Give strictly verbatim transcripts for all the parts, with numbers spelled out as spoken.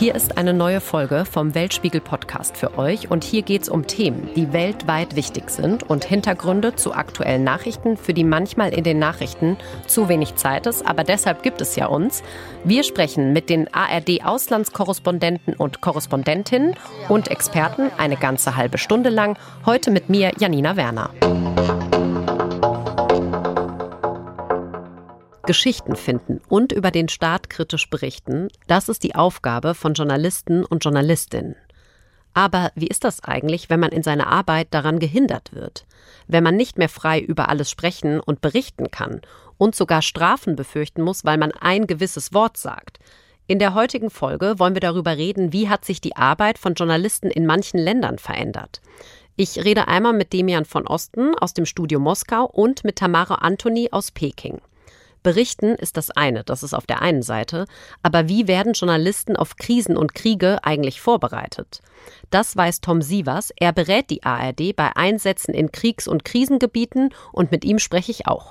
Hier ist eine neue Folge vom Weltspiegel-Podcast für euch und hier geht's um Themen, die weltweit wichtig sind und Hintergründe zu aktuellen Nachrichten, für die manchmal in den Nachrichten zu wenig Zeit ist, aber deshalb gibt es ja uns. Wir sprechen mit den A R D-Auslandskorrespondenten und Korrespondentinnen und Experten eine ganze halbe Stunde lang, heute mit mir, Janina Werner. Geschichten finden und über den Staat kritisch berichten, das ist die Aufgabe von Journalisten und Journalistinnen. Aber wie ist das eigentlich, wenn man in seiner Arbeit daran gehindert wird? Wenn man nicht mehr frei über alles sprechen und berichten kann und sogar Strafen befürchten muss, weil man ein gewisses Wort sagt? In der heutigen Folge wollen wir darüber reden, wie hat sich die Arbeit von Journalisten in manchen Ländern verändert. Ich rede einmal mit Demian von Osten aus dem Studio Moskau und mit Tamara Antoni aus Peking. Berichten ist das eine, das ist auf der einen Seite, aber wie werden Journalisten auf Krisen und Kriege eigentlich vorbereitet? Das weiß Tom Sievers, er berät die A R D bei Einsätzen in Kriegs- und Krisengebieten und mit ihm spreche ich auch.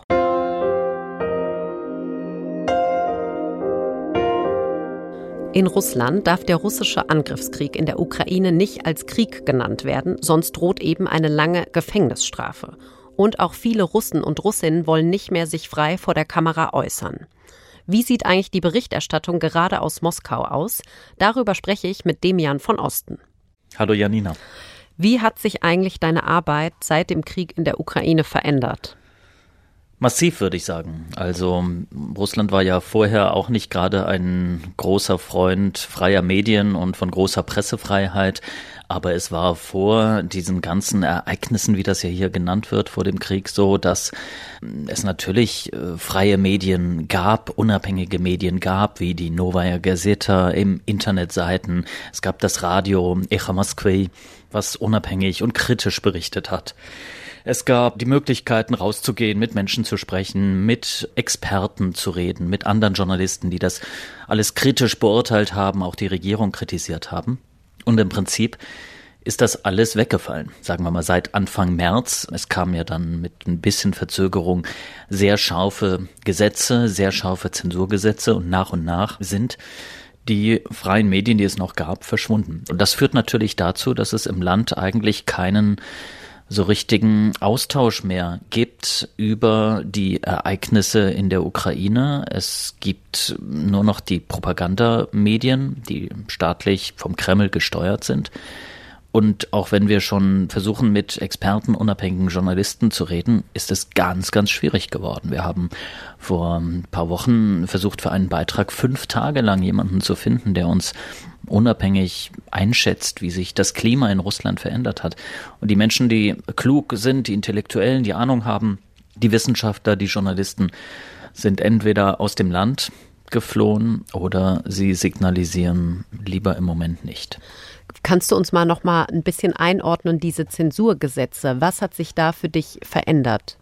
In Russland darf der russische Angriffskrieg in der Ukraine nicht als Krieg genannt werden, sonst droht eben eine lange Gefängnisstrafe. Und auch viele Russen und Russinnen wollen nicht mehr sich frei vor der Kamera äußern. Wie sieht eigentlich die Berichterstattung gerade aus Moskau aus? Darüber spreche ich mit Demian von Osten. Hallo Janina. Wie hat sich eigentlich deine Arbeit seit dem Krieg in der Ukraine verändert? Massiv, würde ich sagen. Also Russland war ja vorher auch nicht gerade ein großer Freund freier Medien und von großer Pressefreiheit. Aber es war vor diesen ganzen Ereignissen, wie das ja hier genannt wird, vor dem Krieg so, dass es natürlich äh, freie Medien gab, unabhängige Medien gab, wie die Novaya Gazeta im Internetseiten. Es gab das Radio Echo Moskwy, was unabhängig und kritisch berichtet hat. Es gab die Möglichkeiten, rauszugehen, mit Menschen zu sprechen, mit Experten zu reden, mit anderen Journalisten, die das alles kritisch beurteilt haben, auch die Regierung kritisiert haben. Und im Prinzip ist das alles weggefallen, sagen wir mal seit Anfang März. Es kam ja dann mit ein bisschen Verzögerung sehr scharfe Gesetze, sehr scharfe Zensurgesetze und nach und nach sind die freien Medien, die es noch gab, verschwunden. Und das führt natürlich dazu, dass es im Land eigentlich keinen so richtigen Austausch mehr gibt über die Ereignisse in der Ukraine. Es gibt nur noch die Propagandamedien, die staatlich vom Kreml gesteuert sind. Und auch wenn wir schon versuchen, mit Experten, unabhängigen Journalisten zu reden, ist es ganz, ganz schwierig geworden. Wir haben vor ein paar Wochen versucht, für einen Beitrag fünf Tage lang jemanden zu finden, der uns unabhängig einschätzt, wie sich das Klima in Russland verändert hat. Und die Menschen, die klug sind, die Intellektuellen, die Ahnung haben, die Wissenschaftler, die Journalisten, sind entweder aus dem Land geflohen oder sie signalisieren lieber im Moment nicht. Kannst du uns mal noch mal ein bisschen einordnen, diese Zensurgesetze? Was hat sich da für dich verändert?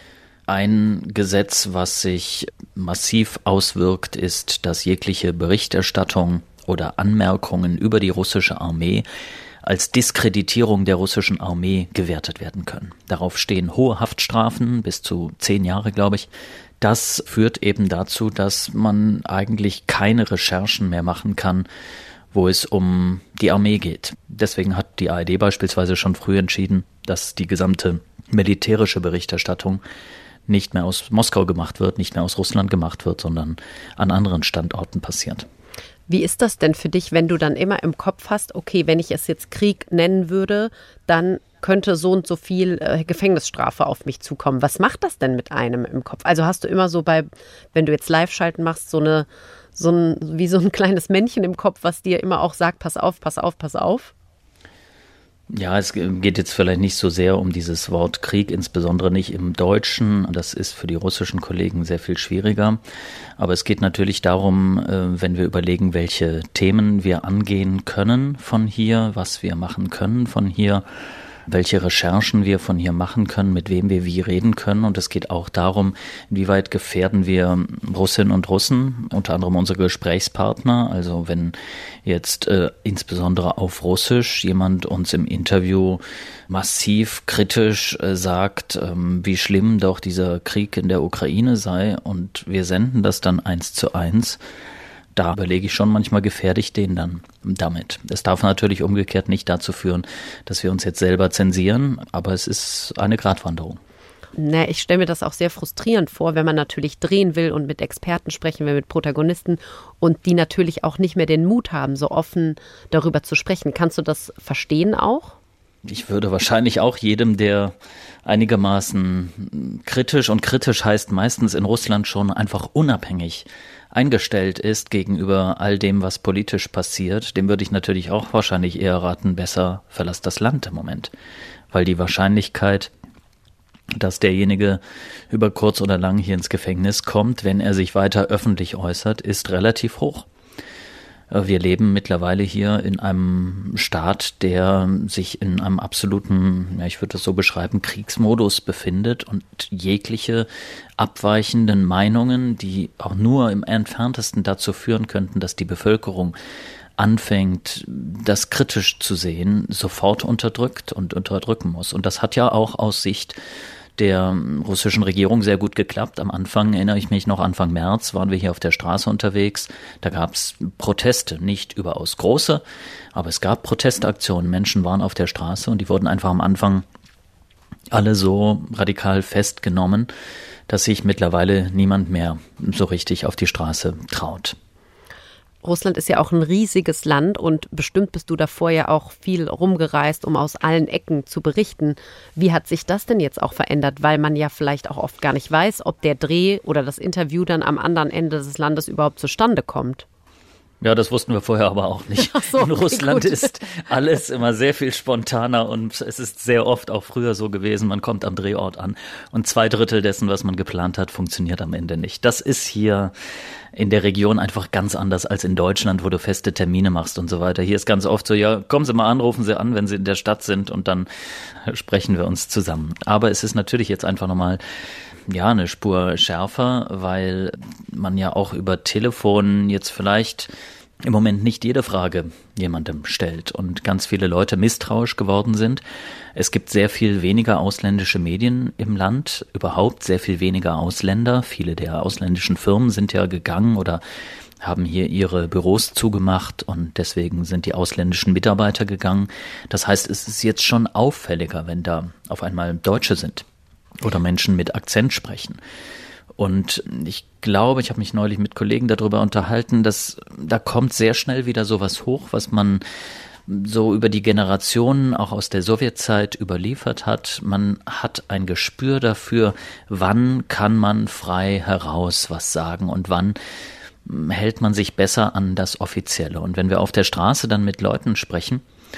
Ein Gesetz, was sich massiv auswirkt, ist, dass jegliche Berichterstattung oder Anmerkungen über die russische Armee als Diskreditierung der russischen Armee gewertet werden können. Darauf stehen hohe Haftstrafen, bis zu zehn Jahre, glaube ich. Das führt eben dazu, dass man eigentlich keine Recherchen mehr machen kann, wo es um die Armee geht. Deswegen hat die A R D beispielsweise schon früh entschieden, dass die gesamte militärische Berichterstattung nicht mehr aus Moskau gemacht wird, nicht mehr aus Russland gemacht wird, sondern an anderen Standorten passiert. Wie ist das denn für dich, wenn du dann immer im Kopf hast, okay, wenn ich es jetzt Krieg nennen würde, dann könnte so und so viel äh, Gefängnisstrafe auf mich zukommen. Was macht das denn mit einem im Kopf? Also hast du immer so bei, wenn du jetzt Live-Schalten machst, so eine, so ein, wie so ein kleines Männchen im Kopf, was dir immer auch sagt, pass auf, pass auf, pass auf? Ja, es geht jetzt vielleicht nicht so sehr um dieses Wort Krieg, insbesondere nicht im Deutschen. Das ist für die russischen Kollegen sehr viel schwieriger. Aber es geht natürlich darum, wenn wir überlegen, welche Themen wir angehen können von hier, was wir machen können von hier, welche Recherchen wir von hier machen können, mit wem wir wie reden können. Und es geht auch darum, inwieweit gefährden wir Russinnen und Russen, unter anderem unsere Gesprächspartner. Also wenn jetzt äh, insbesondere auf Russisch jemand uns im Interview massiv kritisch äh, sagt, ähm, wie schlimm doch dieser Krieg in der Ukraine sei und wir senden das dann eins zu eins, Da überlege ich schon manchmal, gefährde ich den dann damit. Es darf natürlich umgekehrt nicht dazu führen, dass wir uns jetzt selber zensieren, aber es ist eine Gratwanderung. Na, ich stelle mir das auch sehr frustrierend vor, wenn man natürlich drehen will und mit Experten sprechen will, mit Protagonisten und die natürlich auch nicht mehr den Mut haben, so offen darüber zu sprechen. Kannst du das verstehen auch? Ich würde wahrscheinlich auch jedem, der einigermaßen kritisch, und kritisch heißt meistens in Russland schon einfach unabhängig eingestellt ist gegenüber all dem, was politisch passiert, dem würde ich natürlich auch wahrscheinlich eher raten, besser verlass das Land im Moment. Weil die Wahrscheinlichkeit, dass derjenige über kurz oder lang hier ins Gefängnis kommt, wenn er sich weiter öffentlich äußert, ist relativ hoch. Wir leben mittlerweile hier in einem Staat, der sich in einem absoluten, ja, ich würde das so beschreiben, Kriegsmodus befindet und jegliche abweichenden Meinungen, die auch nur im Entferntesten dazu führen könnten, dass die Bevölkerung anfängt, das kritisch zu sehen, sofort unterdrückt und unterdrücken muss. Und das hat ja auch aus Sicht der russischen Regierung sehr gut geklappt. Am Anfang, erinnere ich mich noch, Anfang März waren wir hier auf der Straße unterwegs. Da gab es Proteste, nicht überaus große, aber es gab Protestaktionen. Menschen waren auf der Straße und die wurden einfach am Anfang alle so radikal festgenommen, dass sich mittlerweile niemand mehr so richtig auf die Straße traut. Russland ist ja auch ein riesiges Land und bestimmt bist du davor ja auch viel rumgereist, um aus allen Ecken zu berichten. Wie hat sich das denn jetzt auch verändert? Weil man ja vielleicht auch oft gar nicht weiß, ob der Dreh oder das Interview dann am anderen Ende des Landes überhaupt zustande kommt. Ja, das wussten wir vorher aber auch nicht. Ach so, In Russland gut. ist alles immer sehr viel spontaner und es ist sehr oft auch früher so gewesen, man kommt am Drehort an und zwei Drittel dessen, was man geplant hat, funktioniert am Ende nicht. Das ist hier in der Region einfach ganz anders als in Deutschland, wo du feste Termine machst und so weiter. Hier ist ganz oft so, ja, kommen Sie mal an, rufen Sie an, wenn Sie in der Stadt sind und dann sprechen wir uns zusammen. Aber es ist natürlich jetzt einfach nochmal ja, eine Spur schärfer, weil man ja auch über Telefon jetzt vielleicht im Moment nicht jede Frage jemandem stellt und ganz viele Leute misstrauisch geworden sind. Es gibt sehr viel weniger ausländische Medien im Land, überhaupt sehr viel weniger Ausländer. Viele der ausländischen Firmen sind ja gegangen oder haben hier ihre Büros zugemacht und deswegen sind die ausländischen Mitarbeiter gegangen. Das heißt, es ist jetzt schon auffälliger, wenn da auf einmal Deutsche sind oder Menschen mit Akzent sprechen. Und ich glaube, ich habe mich neulich mit Kollegen darüber unterhalten, dass da kommt sehr schnell wieder sowas hoch, was man so über die Generationen auch aus der Sowjetzeit überliefert hat. Man hat ein Gespür dafür, wann kann man frei heraus was sagen und wann hält man sich besser an das Offizielle. Und wenn wir auf der Straße dann mit Leuten sprechen,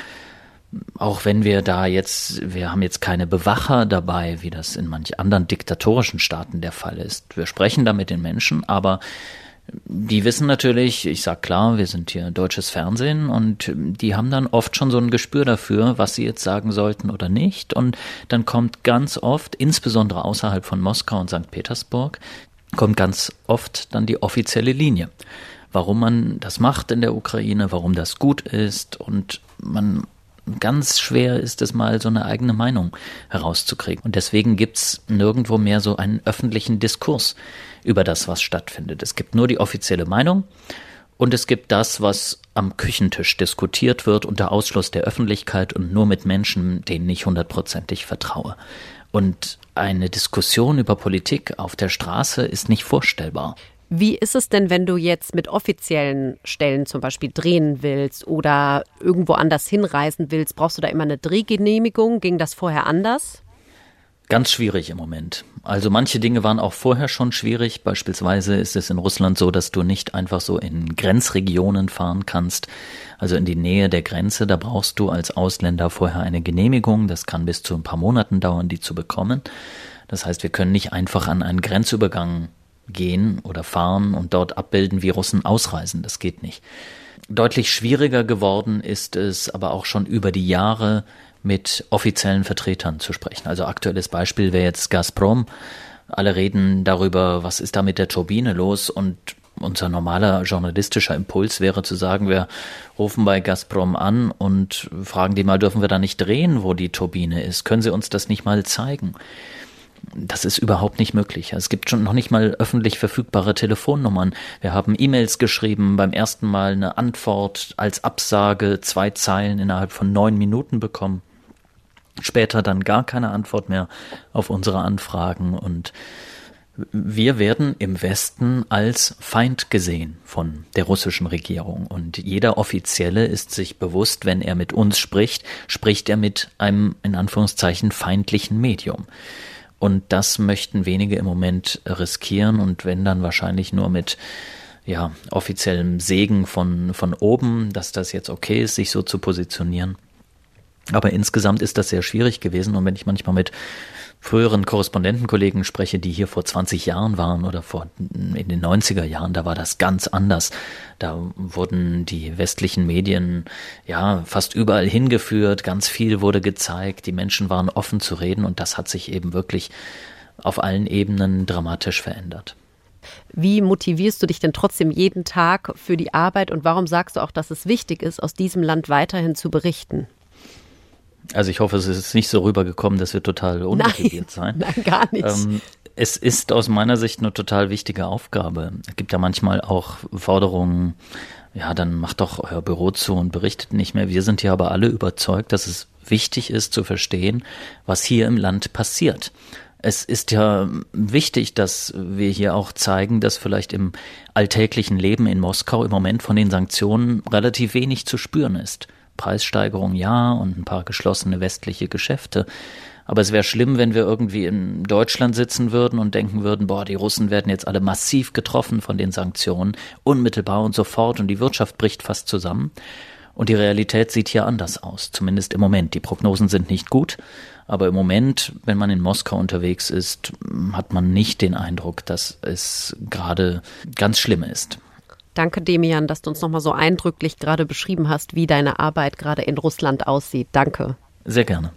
auch wenn wir da jetzt, wir haben jetzt keine Bewacher dabei, wie das in manch anderen diktatorischen Staaten der Fall ist. Wir sprechen da mit den Menschen, aber die wissen natürlich, ich sag klar, wir sind hier deutsches Fernsehen und die haben dann oft schon so ein Gespür dafür, was sie jetzt sagen sollten oder nicht. Und dann kommt ganz oft, insbesondere außerhalb von Moskau und Sankt Petersburg, kommt ganz oft dann die offizielle Linie. Warum man das macht in der Ukraine, warum das gut ist und man ganz schwer ist es mal, so eine eigene Meinung herauszukriegen. Und deswegen gibt's nirgendwo mehr so einen öffentlichen Diskurs über das, was stattfindet. Es gibt nur die offizielle Meinung und es gibt das, was am Küchentisch diskutiert wird unter Ausschluss der Öffentlichkeit und nur mit Menschen, denen ich hundertprozentig vertraue. Und eine Diskussion über Politik auf der Straße ist nicht vorstellbar. Wie ist es denn, wenn du jetzt mit offiziellen Stellen zum Beispiel drehen willst oder irgendwo anders hinreisen willst? Brauchst du da immer eine Drehgenehmigung? Ging das vorher anders? Ganz schwierig im Moment. Also manche Dinge waren auch vorher schon schwierig. Beispielsweise ist es in Russland so, dass du nicht einfach so in Grenzregionen fahren kannst, also in die Nähe der Grenze. Da brauchst du als Ausländer vorher eine Genehmigung. Das kann bis zu ein paar Monaten dauern, die zu bekommen. Das heißt, wir können nicht einfach an einen Grenzübergang gehen oder fahren und dort abbilden, wie Russen ausreisen. Das geht nicht. Deutlich schwieriger geworden ist es aber auch schon über die Jahre mit offiziellen Vertretern zu sprechen. Also aktuelles Beispiel wäre jetzt Gazprom. Alle reden darüber, was ist da mit der Turbine los und unser normaler journalistischer Impuls wäre zu sagen, wir rufen bei Gazprom an und fragen die mal, dürfen wir da nicht drehen, wo die Turbine ist? Können Sie uns das nicht mal zeigen? das ist überhaupt nicht möglich. Es gibt schon noch nicht mal öffentlich verfügbare Telefonnummern. Wir haben E-Mails geschrieben, beim ersten Mal eine Antwort als Absage, zwei Zeilen innerhalb von neun Minuten bekommen. Später dann gar keine Antwort mehr auf unsere Anfragen und wir werden im Westen als Feind gesehen von der russischen Regierung und jeder Offizielle ist sich bewusst, wenn er mit uns spricht, spricht er mit einem in Anführungszeichen feindlichen Medium. Und das möchten wenige im Moment riskieren und wenn dann wahrscheinlich nur mit ja, offiziellem Segen von, von oben, dass das jetzt okay ist, sich so zu positionieren. Aber insgesamt ist das sehr schwierig gewesen und wenn ich manchmal mit früheren Korrespondentenkollegen spreche, die hier vor zwanzig Jahren waren oder vor in den neunziger Jahren, da war das ganz anders. Da wurden die westlichen Medien ja fast überall hingeführt, ganz viel wurde gezeigt, die Menschen waren offen zu reden und das hat sich eben wirklich auf allen Ebenen dramatisch verändert. Wie motivierst du dich denn trotzdem jeden Tag für die Arbeit und warum sagst du auch, dass es wichtig ist, aus diesem Land weiterhin zu berichten? Also ich hoffe, es ist nicht so rübergekommen, dass wir total unmotiviert sein. Nein, gar nicht. Ähm, es ist aus meiner Sicht eine total wichtige Aufgabe. Es gibt ja manchmal auch Forderungen, ja, dann macht doch euer Büro zu und berichtet nicht mehr. Wir sind hier aber alle überzeugt, dass es wichtig ist zu verstehen, was hier im Land passiert. Es ist ja wichtig, dass wir hier auch zeigen, dass vielleicht im alltäglichen Leben in Moskau im Moment von den Sanktionen relativ wenig zu spüren ist. Preissteigerung ja und ein paar geschlossene westliche Geschäfte. Aber es wäre schlimm, wenn wir irgendwie in Deutschland sitzen würden und denken würden, boah, die Russen werden jetzt alle massiv getroffen von den Sanktionen, unmittelbar und sofort und die Wirtschaft bricht fast zusammen. Und die Realität sieht hier anders aus, zumindest im Moment. Die Prognosen sind nicht gut, aber im Moment, wenn man in Moskau unterwegs ist, hat man nicht den Eindruck, dass es gerade ganz schlimm ist. Danke, Demian, dass du uns nochmal so eindrücklich gerade beschrieben hast, wie deine Arbeit gerade in Russland aussieht. Danke. Sehr gerne.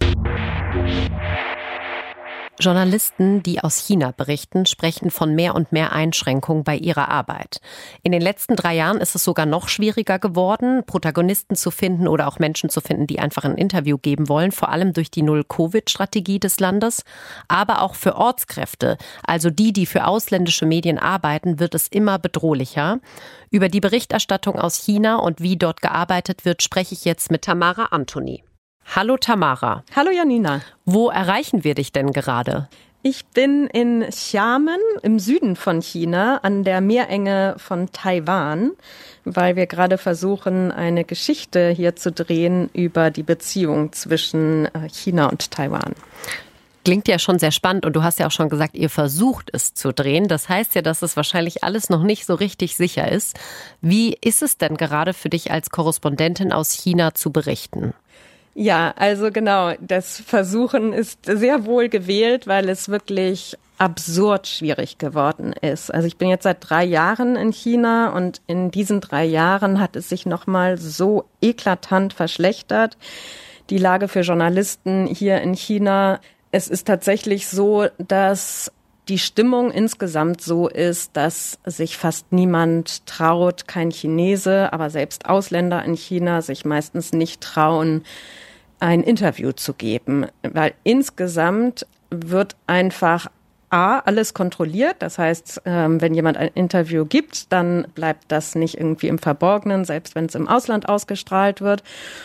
Journalisten, die aus China berichten, sprechen von mehr und mehr Einschränkungen bei ihrer Arbeit. In den letzten drei Jahren ist es sogar noch schwieriger geworden, Protagonisten zu finden oder auch Menschen zu finden, die einfach ein Interview geben wollen, vor allem durch die Null-Covid-Strategie des Landes. Aber auch für Ortskräfte, also die, die für ausländische Medien arbeiten, wird es immer bedrohlicher. Über die Berichterstattung aus China und wie dort gearbeitet wird, spreche ich jetzt mit Tamara Antony. Hallo Tamara. Hallo Janina. Wo erreichen wir dich denn gerade? Ich bin in Xiamen im Süden von China an der Meerenge von Taiwan, weil wir gerade versuchen, eine Geschichte hier zu drehen über die Beziehung zwischen China und Taiwan. Klingt ja schon sehr spannend und du hast ja auch schon gesagt, ihr versucht es zu drehen. Das heißt ja, dass es wahrscheinlich alles noch nicht so richtig sicher ist. Wie ist es denn gerade für dich als Korrespondentin aus China zu berichten? Ja, also genau, das Versuchen ist sehr wohl gewählt, weil es wirklich absurd schwierig geworden ist. Also ich bin jetzt seit drei Jahren in China und in diesen drei Jahren hat es sich nochmal so eklatant verschlechtert. Die Lage für Journalisten hier in China, es ist tatsächlich so, dass die Stimmung insgesamt so ist, dass sich fast niemand traut, kein Chinese, aber selbst Ausländer in China sich meistens nicht trauen, ein Interview zu geben, weil insgesamt wird einfach A, alles kontrolliert. Das heißt, wenn jemand ein Interview gibt, dann bleibt das nicht irgendwie im Verborgenen, selbst wenn es im Ausland ausgestrahlt wird.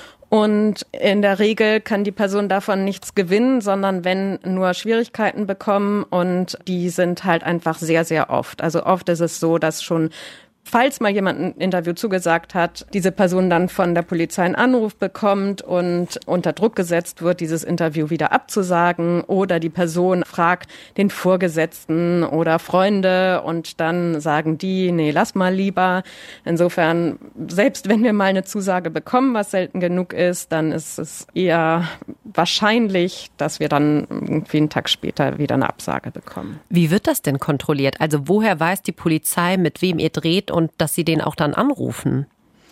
Und in der Regel kann die Person davon nichts gewinnen, sondern wenn nur Schwierigkeiten bekommen und die sind halt einfach sehr, sehr oft. Also oft ist es so, dass schon, falls mal jemand ein Interview zugesagt hat, diese Person dann von der Polizei einen Anruf bekommt und unter Druck gesetzt wird, dieses Interview wieder abzusagen oder die Person fragt den Vorgesetzten oder Freunde und dann sagen die, nee, lass mal lieber. Insofern, selbst wenn wir mal eine Zusage bekommen, was selten genug ist, dann ist es eher wahrscheinlich, dass wir dann irgendwie einen Tag später wieder eine Absage bekommen. Wie wird das denn kontrolliert? Also woher weiß die Polizei, mit wem ihr dreht und dass sie den auch dann anrufen?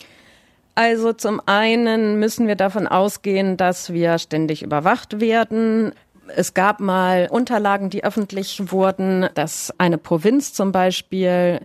Also zum einen müssen wir davon ausgehen, dass wir ständig überwacht werden. Es gab mal Unterlagen, die öffentlich wurden, dass eine Provinz zum Beispiel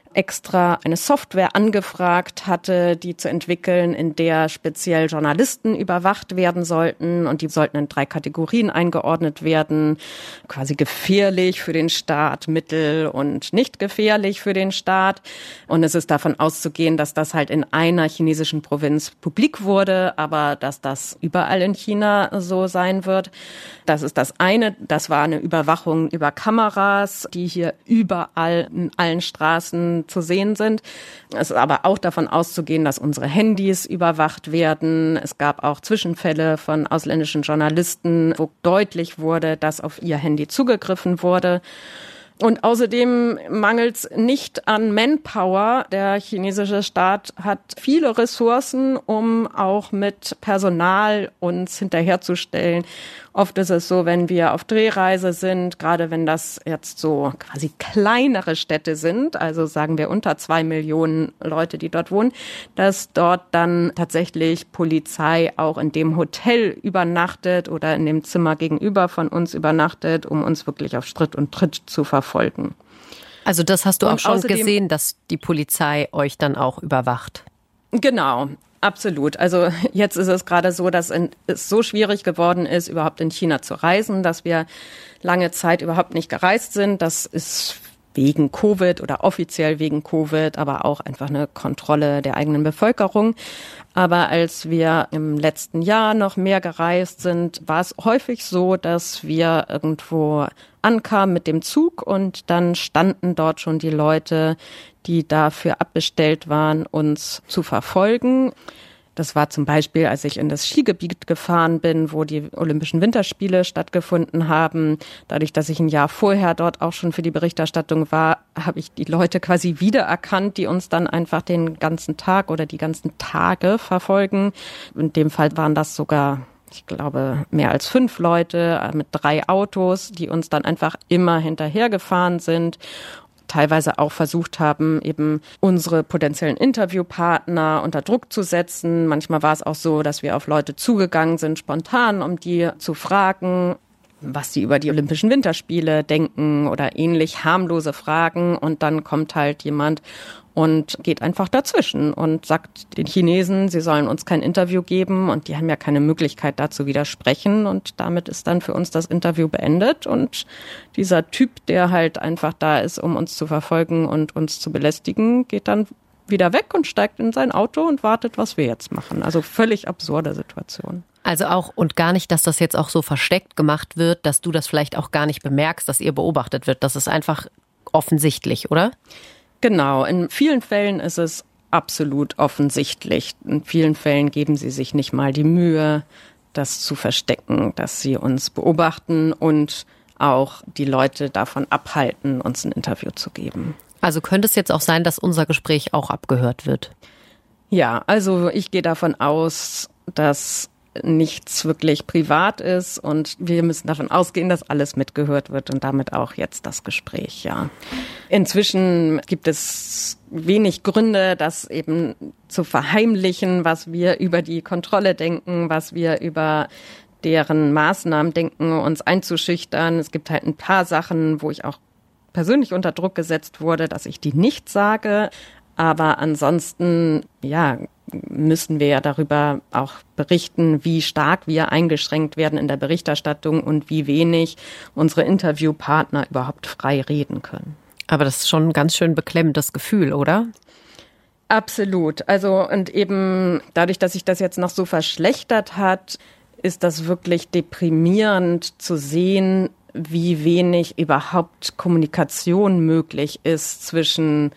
extra eine Software angefragt hatte, die zu entwickeln, in der speziell Journalisten überwacht werden sollten. Und die sollten in drei Kategorien eingeordnet werden. Quasi gefährlich für den Staat, mittel und nicht gefährlich für den Staat. Und es ist davon auszugehen, dass das halt in einer chinesischen Provinz publik wurde, aber dass das überall in China so sein wird. Das ist das eine. Das war eine Überwachung über Kameras, die hier überall in allen Straßen zu sehen sind. Es ist aber auch davon auszugehen, dass unsere Handys überwacht werden. Es gab auch Zwischenfälle von ausländischen Journalisten, wo deutlich wurde, dass auf ihr Handy zugegriffen wurde. Und außerdem mangelt es nicht an Manpower. Der chinesische Staat hat viele Ressourcen, um auch mit Personal uns hinterherzustellen. Oft ist es so, wenn wir auf Drehreise sind, gerade wenn das jetzt so quasi kleinere Städte sind, also sagen wir unter zwei Millionen Leute, die dort wohnen, dass dort dann tatsächlich Polizei auch in dem Hotel übernachtet oder in dem Zimmer gegenüber von uns übernachtet, um uns wirklich auf Schritt und Tritt zu verfolgen. Also das hast du auch und schon außerdem, gesehen, dass die Polizei euch dann auch überwacht? Genau. Absolut. Also jetzt ist es gerade so, dass es so schwierig geworden ist, überhaupt in China zu reisen, dass wir lange Zeit überhaupt nicht gereist sind. Das ist wegen Covid oder offiziell wegen Covid, aber auch einfach eine Kontrolle der eigenen Bevölkerung. Aber als wir im letzten Jahr noch mehr gereist sind, war es häufig so, dass wir irgendwo ankamen mit dem Zug und dann standen dort schon die Leute, die dafür abbestellt waren, uns zu verfolgen. Das war zum Beispiel, als ich in das Skigebiet gefahren bin, wo die Olympischen Winterspiele stattgefunden haben. Dadurch, dass ich ein Jahr vorher dort auch schon für die Berichterstattung war, habe ich die Leute quasi wiedererkannt, die uns dann einfach den ganzen Tag oder die ganzen Tage verfolgen. In dem Fall waren das sogar, ich glaube, mehr als fünf Leute mit drei Autos, die uns dann einfach immer hinterhergefahren sind. Teilweise auch versucht haben, eben unsere potenziellen Interviewpartner unter Druck zu setzen. Manchmal war es auch so, dass wir auf Leute zugegangen sind, spontan, um die zu fragen, was sie über die Olympischen Winterspiele denken oder ähnlich harmlose Fragen. Und dann kommt halt jemand und geht einfach dazwischen und sagt den Chinesen, sie sollen uns kein Interview geben und die haben ja keine Möglichkeit, da zu widersprechen und damit ist dann für uns das Interview beendet und dieser Typ, der halt einfach da ist, um uns zu verfolgen und uns zu belästigen, geht dann wieder weg und steigt in sein Auto und wartet, was wir jetzt machen. Also völlig absurde Situation. Also auch und gar nicht, dass das jetzt auch so versteckt gemacht wird, dass du das vielleicht auch gar nicht bemerkst, dass ihr beobachtet wird. Das ist einfach offensichtlich, oder? Genau, in vielen Fällen ist es absolut offensichtlich. In vielen Fällen geben sie sich nicht mal die Mühe, das zu verstecken, dass sie uns beobachten und auch die Leute davon abhalten, uns ein Interview zu geben. Also könnte es jetzt auch sein, dass unser Gespräch auch abgehört wird? Ja, also ich gehe davon aus, dass nichts wirklich privat ist und wir müssen davon ausgehen, dass alles mitgehört wird und damit auch jetzt das Gespräch, ja. Inzwischen gibt es wenig Gründe, das eben zu verheimlichen, was wir über die Kontrolle denken, was wir über deren Maßnahmen denken, uns einzuschüchtern. Es gibt halt ein paar Sachen, wo ich auch persönlich unter Druck gesetzt wurde, dass ich die nicht sage. Aber ansonsten, ja, müssen wir ja darüber auch berichten, wie stark wir eingeschränkt werden in der Berichterstattung und wie wenig unsere Interviewpartner überhaupt frei reden können. Aber das ist schon ein ganz schön beklemmendes Gefühl, oder? Absolut. Also und eben dadurch, dass sich das jetzt noch so verschlechtert hat, ist das wirklich deprimierend zu sehen, wie wenig überhaupt Kommunikation möglich ist zwischen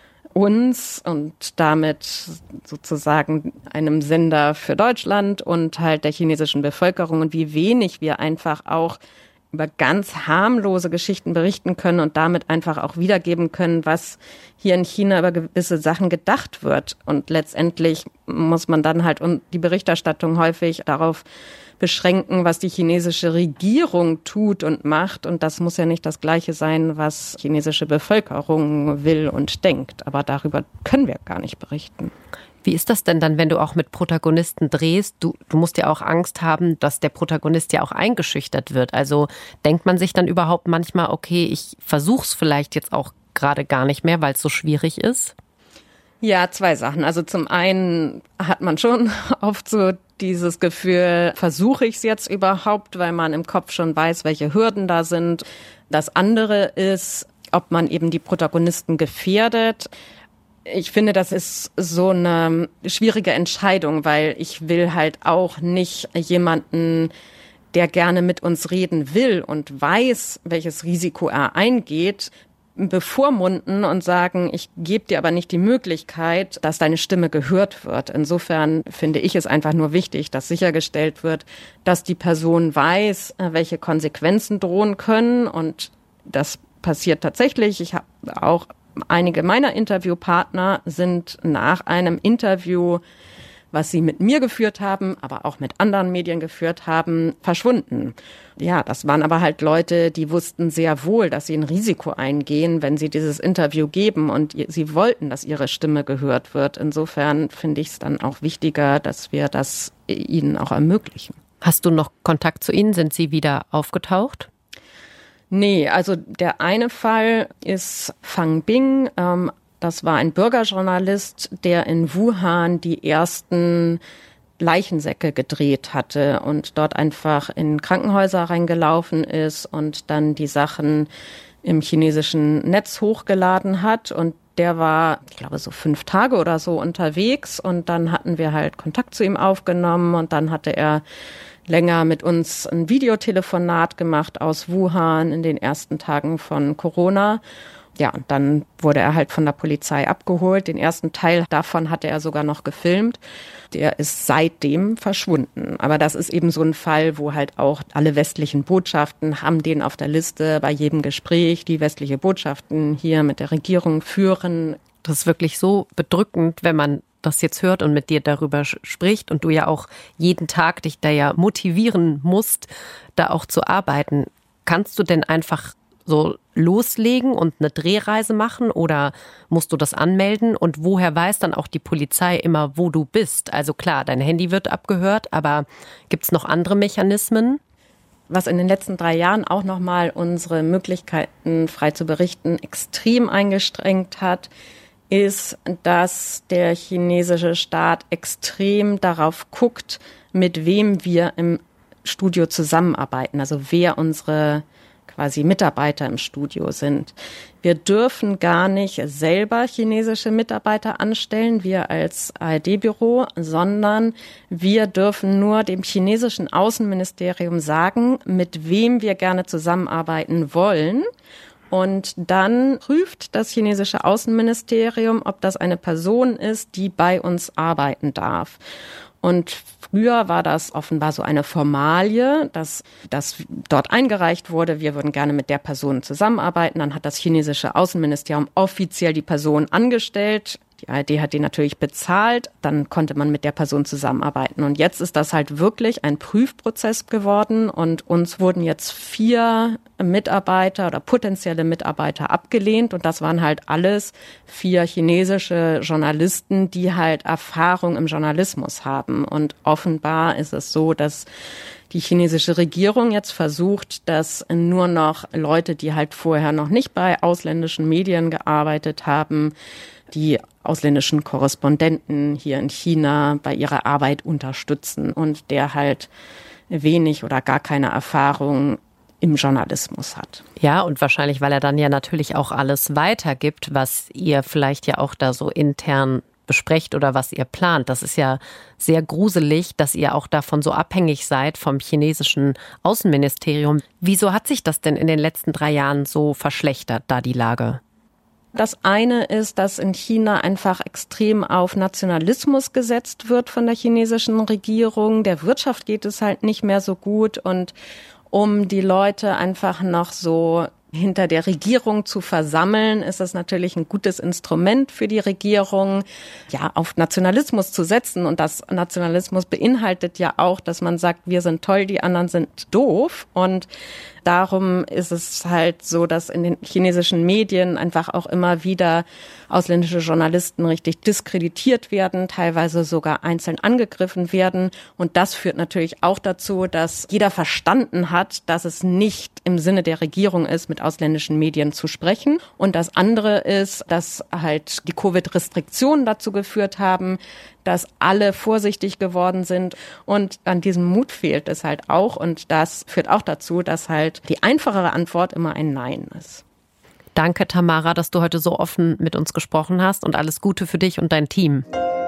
uns und damit sozusagen einem Sender für Deutschland und halt der chinesischen Bevölkerung und wie wenig wir einfach auch über ganz harmlose Geschichten berichten können und damit einfach auch wiedergeben können, was hier in China über gewisse Sachen gedacht wird. Und letztendlich muss man dann halt die Berichterstattung häufig darauf beschränken, was die chinesische Regierung tut und macht. Und das muss ja nicht das Gleiche sein, was die chinesische Bevölkerung will und denkt. Aber darüber können wir gar nicht berichten. Wie ist das denn dann, wenn du auch mit Protagonisten drehst? Du, du musst ja auch Angst haben, dass der Protagonist ja auch eingeschüchtert wird. Also denkt man sich dann überhaupt manchmal, okay, ich versuch's vielleicht jetzt auch gerade gar nicht mehr, weil es so schwierig ist? Ja, zwei Sachen. Also zum einen hat man schon oft so dieses Gefühl, versuche ich es jetzt überhaupt, weil man im Kopf schon weiß, welche Hürden da sind. Das andere ist, ob man eben die Protagonisten gefährdet. Ich finde, das ist so eine schwierige Entscheidung, weil ich will halt auch nicht jemanden, der gerne mit uns reden will und weiß, welches Risiko er eingeht, bevormunden und sagen, ich gebe dir aber nicht die Möglichkeit, dass deine Stimme gehört wird. Insofern finde ich es einfach nur wichtig, dass sichergestellt wird, dass die Person weiß, welche Konsequenzen drohen können. Und das passiert tatsächlich. Ich habe auch einige meiner Interviewpartner sind nach einem Interview, was sie mit mir geführt haben, aber auch mit anderen Medien geführt haben, verschwunden. Ja, das waren aber halt Leute, die wussten sehr wohl, dass sie ein Risiko eingehen, wenn sie dieses Interview geben und sie wollten, dass ihre Stimme gehört wird. Insofern finde ich es dann auch wichtiger, dass wir das ihnen auch ermöglichen. Hast du noch Kontakt zu ihnen? Sind sie wieder aufgetaucht? Nee, also der eine Fall ist Fang Bing. Ähm, das war ein Bürgerjournalist, der in Wuhan die ersten Leichensäcke gedreht hatte und dort einfach in Krankenhäuser reingelaufen ist und dann die Sachen im chinesischen Netz hochgeladen hat. Und der war, ich glaube, so fünf Tage oder so unterwegs. Und dann hatten wir halt Kontakt zu ihm aufgenommen und dann hatte er länger mit uns ein Videotelefonat gemacht aus Wuhan in den ersten Tagen von Corona. Ja, und dann wurde er halt von der Polizei abgeholt. Den ersten Teil davon hatte er sogar noch gefilmt. Der ist seitdem verschwunden. Aber das ist eben so ein Fall, wo halt auch alle westlichen Botschaften haben den auf der Liste bei jedem Gespräch, die westliche Botschaften hier mit der Regierung führen. Das ist wirklich so bedrückend, wenn man das jetzt hört und mit dir darüber spricht und du ja auch jeden Tag dich da ja motivieren musst, da auch zu arbeiten. Kannst du denn einfach so loslegen und eine Drehreise machen oder musst du das anmelden? Und woher weiß dann auch die Polizei immer, wo du bist? Also klar, dein Handy wird abgehört, aber gibt es noch andere Mechanismen? Was in den letzten drei Jahren auch nochmal unsere Möglichkeiten, frei zu berichten, extrem eingeschränkt hat, ist, dass der chinesische Staat extrem darauf guckt, mit wem wir im Studio zusammenarbeiten, also wer unsere quasi Mitarbeiter im Studio sind. Wir dürfen gar nicht selber chinesische Mitarbeiter anstellen, wir als A R D-Büro, sondern wir dürfen nur dem chinesischen Außenministerium sagen, mit wem wir gerne zusammenarbeiten wollen. Und dann prüft das chinesische Außenministerium, ob das eine Person ist, die bei uns arbeiten darf. Und früher war das offenbar so eine Formalie, dass das dort eingereicht wurde, wir würden gerne mit der Person zusammenarbeiten. Dann hat das chinesische Außenministerium offiziell die Person angestellt. Die A R D hat die natürlich bezahlt, dann konnte man mit der Person zusammenarbeiten. Und jetzt ist das halt wirklich ein Prüfprozess geworden und uns wurden jetzt vier Mitarbeiter oder potenzielle Mitarbeiter abgelehnt. Und das waren halt alles vier chinesische Journalisten, die halt Erfahrung im Journalismus haben. Und offenbar ist es so, dass die chinesische Regierung jetzt versucht, dass nur noch Leute, die halt vorher noch nicht bei ausländischen Medien gearbeitet haben, die ausländischen Korrespondenten hier in China bei ihrer Arbeit unterstützen und der halt wenig oder gar keine Erfahrung im Journalismus hat. Ja, und wahrscheinlich, weil er dann ja natürlich auch alles weitergibt, was ihr vielleicht ja auch da so intern besprecht oder was ihr plant. Das ist ja sehr gruselig, dass ihr auch davon so abhängig seid vom chinesischen Außenministerium. Wieso hat sich das denn in den letzten drei Jahren so verschlechtert, da die Lage? Das eine ist, dass in China einfach extrem auf Nationalismus gesetzt wird von der chinesischen Regierung. Der Wirtschaft geht es halt nicht mehr so gut und um die Leute einfach noch so hinter der Regierung zu versammeln, ist es natürlich ein gutes Instrument für die Regierung, ja, auf Nationalismus zu setzen. Und das Nationalismus beinhaltet ja auch, dass man sagt, wir sind toll, die anderen sind doof. Und darum ist es halt so, dass in den chinesischen Medien einfach auch immer wieder ausländische Journalisten richtig diskreditiert werden, teilweise sogar einzeln angegriffen werden. Und das führt natürlich auch dazu, dass jeder verstanden hat, dass es nicht im Sinne der Regierung ist, mit ausländischen Medien zu sprechen. Und das andere ist, dass halt die Covid-Restriktionen dazu geführt haben, dass alle vorsichtig geworden sind. Und an diesem Mut fehlt es halt auch. Und das führt auch dazu, dass halt die einfachere Antwort immer ein Nein ist. Danke, Tamara, dass du heute so offen mit uns gesprochen hast und alles Gute für dich und dein Team.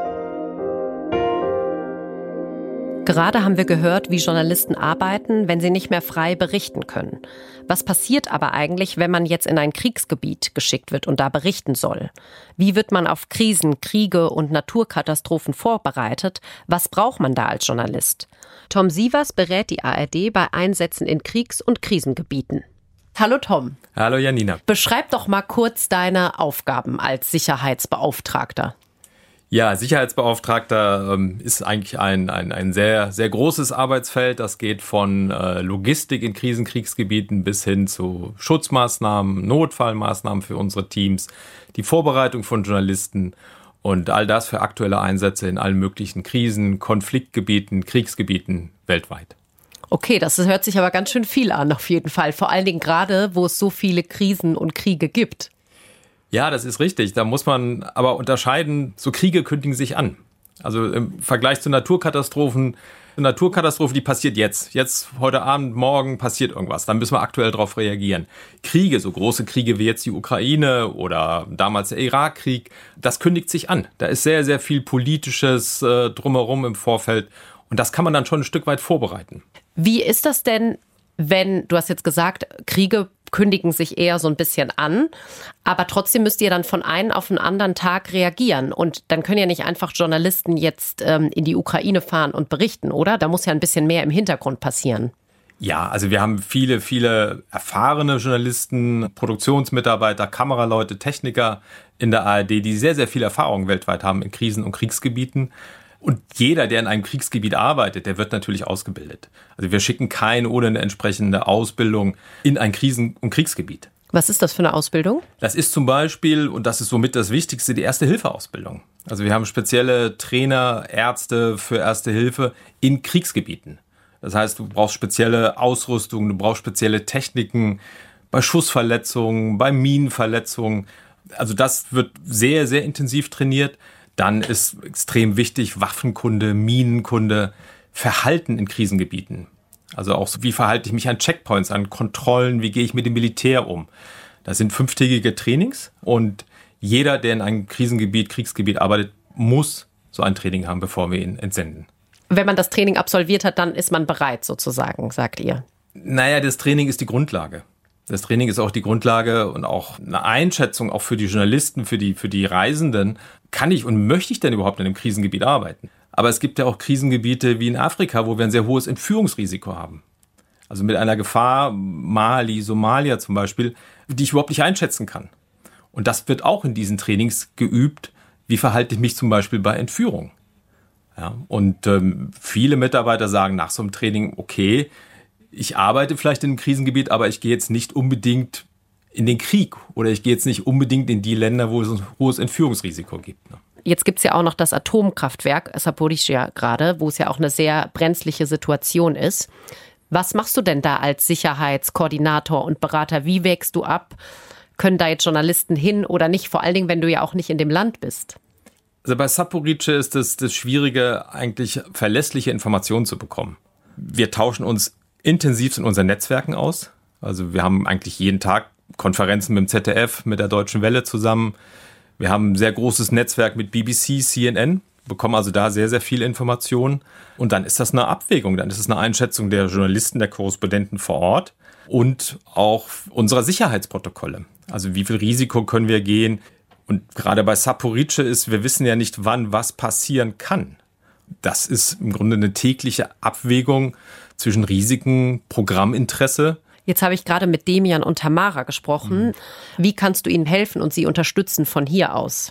Gerade haben wir gehört, wie Journalisten arbeiten, wenn sie nicht mehr frei berichten können. Was passiert aber eigentlich, wenn man jetzt in ein Kriegsgebiet geschickt wird und da berichten soll? Wie wird man auf Krisen, Kriege und Naturkatastrophen vorbereitet? Was braucht man da als Journalist? Tom Sievers berät die A R D bei Einsätzen in Kriegs- und Krisengebieten. Hallo Tom. Hallo Janina. Beschreib doch mal kurz deine Aufgaben als Sicherheitsbeauftragter. Ja, Sicherheitsbeauftragter ähm, ist eigentlich ein, ein, ein sehr, sehr großes Arbeitsfeld. Das geht von äh, Logistik in Krisenkriegsgebieten bis hin zu Schutzmaßnahmen, Notfallmaßnahmen für unsere Teams, die Vorbereitung von Journalisten und all das für aktuelle Einsätze in allen möglichen Krisen, Konfliktgebieten, Kriegsgebieten weltweit. Okay, das hört sich aber ganz schön viel an, auf jeden Fall. Vor allen Dingen gerade, wo es so viele Krisen und Kriege gibt. Ja, das ist richtig. Da muss man aber unterscheiden, so Kriege kündigen sich an. Also im Vergleich zu Naturkatastrophen, eine Naturkatastrophe, die passiert jetzt. Jetzt, heute Abend, morgen passiert irgendwas. Dann müssen wir aktuell darauf reagieren. Kriege, so große Kriege wie jetzt die Ukraine oder damals der Irakkrieg, das kündigt sich an. Da ist sehr, sehr viel Politisches äh, drumherum im Vorfeld. Und das kann man dann schon ein Stück weit vorbereiten. Wie ist das denn, wenn, du hast jetzt gesagt, Kriege kündigen sich eher so ein bisschen an, aber trotzdem müsst ihr dann von einem auf den anderen Tag reagieren. Und dann können ja nicht einfach Journalisten jetzt ähm, in die Ukraine fahren und berichten, oder? Da muss ja ein bisschen mehr im Hintergrund passieren. Ja, also wir haben viele, viele erfahrene Journalisten, Produktionsmitarbeiter, Kameraleute, Techniker in der A R D, die sehr, sehr viel Erfahrung weltweit haben in Krisen- und Kriegsgebieten. Und jeder, der in einem Kriegsgebiet arbeitet, der wird natürlich ausgebildet. Also wir schicken keinen ohne eine entsprechende Ausbildung in ein Krisen- und Kriegsgebiet. Was ist das für eine Ausbildung? Das ist zum Beispiel, und das ist somit das Wichtigste, die Erste-Hilfe-Ausbildung. Also wir haben spezielle Trainer, Ärzte für Erste Hilfe in Kriegsgebieten. Das heißt, du brauchst spezielle Ausrüstung, du brauchst spezielle Techniken bei Schussverletzungen, bei Minenverletzungen. Also das wird sehr, sehr intensiv trainiert. Dann ist extrem wichtig Waffenkunde, Minenkunde, Verhalten in Krisengebieten. Also auch so, wie verhalte ich mich an Checkpoints, an Kontrollen, wie gehe ich mit dem Militär um. Das sind fünftägige Trainings und jeder, der in einem Krisengebiet, Kriegsgebiet arbeitet, muss so ein Training haben, bevor wir ihn entsenden. Wenn man das Training absolviert hat, dann ist man bereit sozusagen, sagt ihr. Naja, das Training ist die Grundlage. Das Training ist auch die Grundlage und auch eine Einschätzung auch für die Journalisten, für die, für die Reisenden. Kann ich und möchte ich denn überhaupt in einem Krisengebiet arbeiten? Aber es gibt ja auch Krisengebiete wie in Afrika, wo wir ein sehr hohes Entführungsrisiko haben. Also mit einer Gefahr, Mali, Somalia zum Beispiel, die ich überhaupt nicht einschätzen kann. Und das wird auch in diesen Trainings geübt. Wie verhalte ich mich zum Beispiel bei Entführung? Ja, und ähm, viele Mitarbeiter sagen nach so einem Training, okay, ich arbeite vielleicht in einem Krisengebiet, aber ich gehe jetzt nicht unbedingt in den Krieg oder ich gehe jetzt nicht unbedingt in die Länder, wo es ein hohes Entführungsrisiko gibt. Ne? Jetzt gibt es ja auch noch das Atomkraftwerk Saporischschja gerade, wo es ja auch eine sehr brenzliche Situation ist. Was machst du denn da als Sicherheitskoordinator und Berater? Wie wägst du ab? Können da jetzt Journalisten hin oder nicht? Vor allen Dingen, wenn du ja auch nicht in dem Land bist. Also bei Saporischschja ist das, das Schwierige, eigentlich verlässliche Informationen zu bekommen. Wir tauschen uns intensiv in unseren Netzwerken aus. Also wir haben eigentlich jeden Tag Konferenzen mit dem Z D F, mit der Deutschen Welle zusammen. Wir haben ein sehr großes Netzwerk mit B B C, C N N, bekommen also da sehr, sehr viel Informationen. Und dann ist das eine Abwägung, dann ist es eine Einschätzung der Journalisten, der Korrespondenten vor Ort und auch unserer Sicherheitsprotokolle. Also wie viel Risiko können wir gehen? Und gerade bei Saporischschja ist, wir wissen ja nicht, wann was passieren kann. Das ist im Grunde eine tägliche Abwägung zwischen Risiken, Programminteresse. Jetzt habe ich gerade mit Demian und Tamara gesprochen. Mhm. Wie kannst du ihnen helfen und sie unterstützen von hier aus?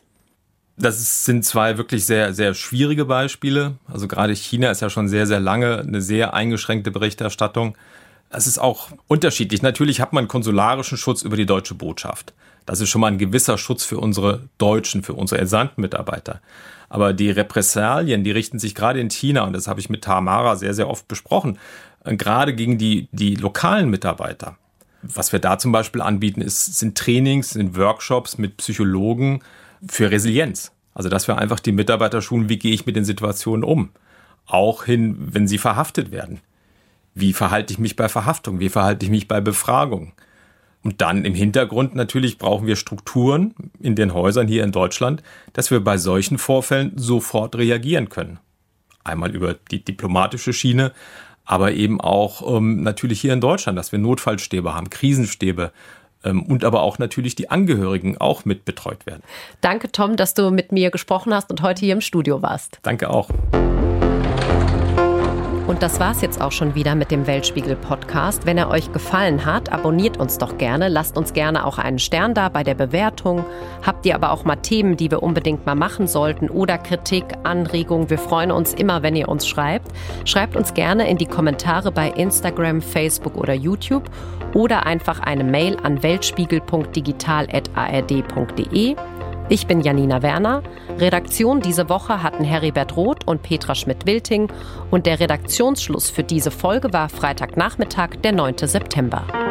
Das sind zwei wirklich sehr, sehr schwierige Beispiele. Also gerade China ist ja schon sehr, sehr lange eine sehr eingeschränkte Berichterstattung. Es ist auch unterschiedlich. Natürlich hat man konsularischen Schutz über die deutsche Botschaft. Das ist schon mal ein gewisser Schutz für unsere Deutschen, für unsere entsandten Mitarbeiter. Aber die Repressalien, die richten sich gerade in China, und das habe ich mit Tamara sehr, sehr oft besprochen, gerade gegen die, die lokalen Mitarbeiter. Was wir da zum Beispiel anbieten, ist, sind Trainings, sind Workshops mit Psychologen für Resilienz. Also dass wir einfach die Mitarbeiter schulen, wie gehe ich mit den Situationen um? Auch hin, wenn sie verhaftet werden. Wie verhalte ich mich bei Verhaftung? Wie verhalte ich mich bei Befragung? Und dann im Hintergrund natürlich brauchen wir Strukturen in den Häusern hier in Deutschland, dass wir bei solchen Vorfällen sofort reagieren können. Einmal über die diplomatische Schiene, aber eben auch ähm, natürlich hier in Deutschland, dass wir Notfallstäbe haben, Krisenstäbe ähm, und aber auch natürlich die Angehörigen auch mit betreut werden. Danke, Tom, dass du mit mir gesprochen hast und heute hier im Studio warst. Danke auch. Und das war's jetzt auch schon wieder mit dem Weltspiegel-Podcast. Wenn er euch gefallen hat, abonniert uns doch gerne. Lasst uns gerne auch einen Stern da bei der Bewertung. Habt ihr aber auch mal Themen, die wir unbedingt mal machen sollten oder Kritik, Anregungen? Wir freuen uns immer, wenn ihr uns schreibt. Schreibt uns gerne in die Kommentare bei Instagram, Facebook oder YouTube oder einfach eine Mail an weltspiegel punkt digital at a r d punkt d e. Ich bin Janina Werner. Redaktion diese Woche hatten Heribert Roth und Petra Schmidt-Wilting und der Redaktionsschluss für diese Folge war Freitagnachmittag, der neunten September.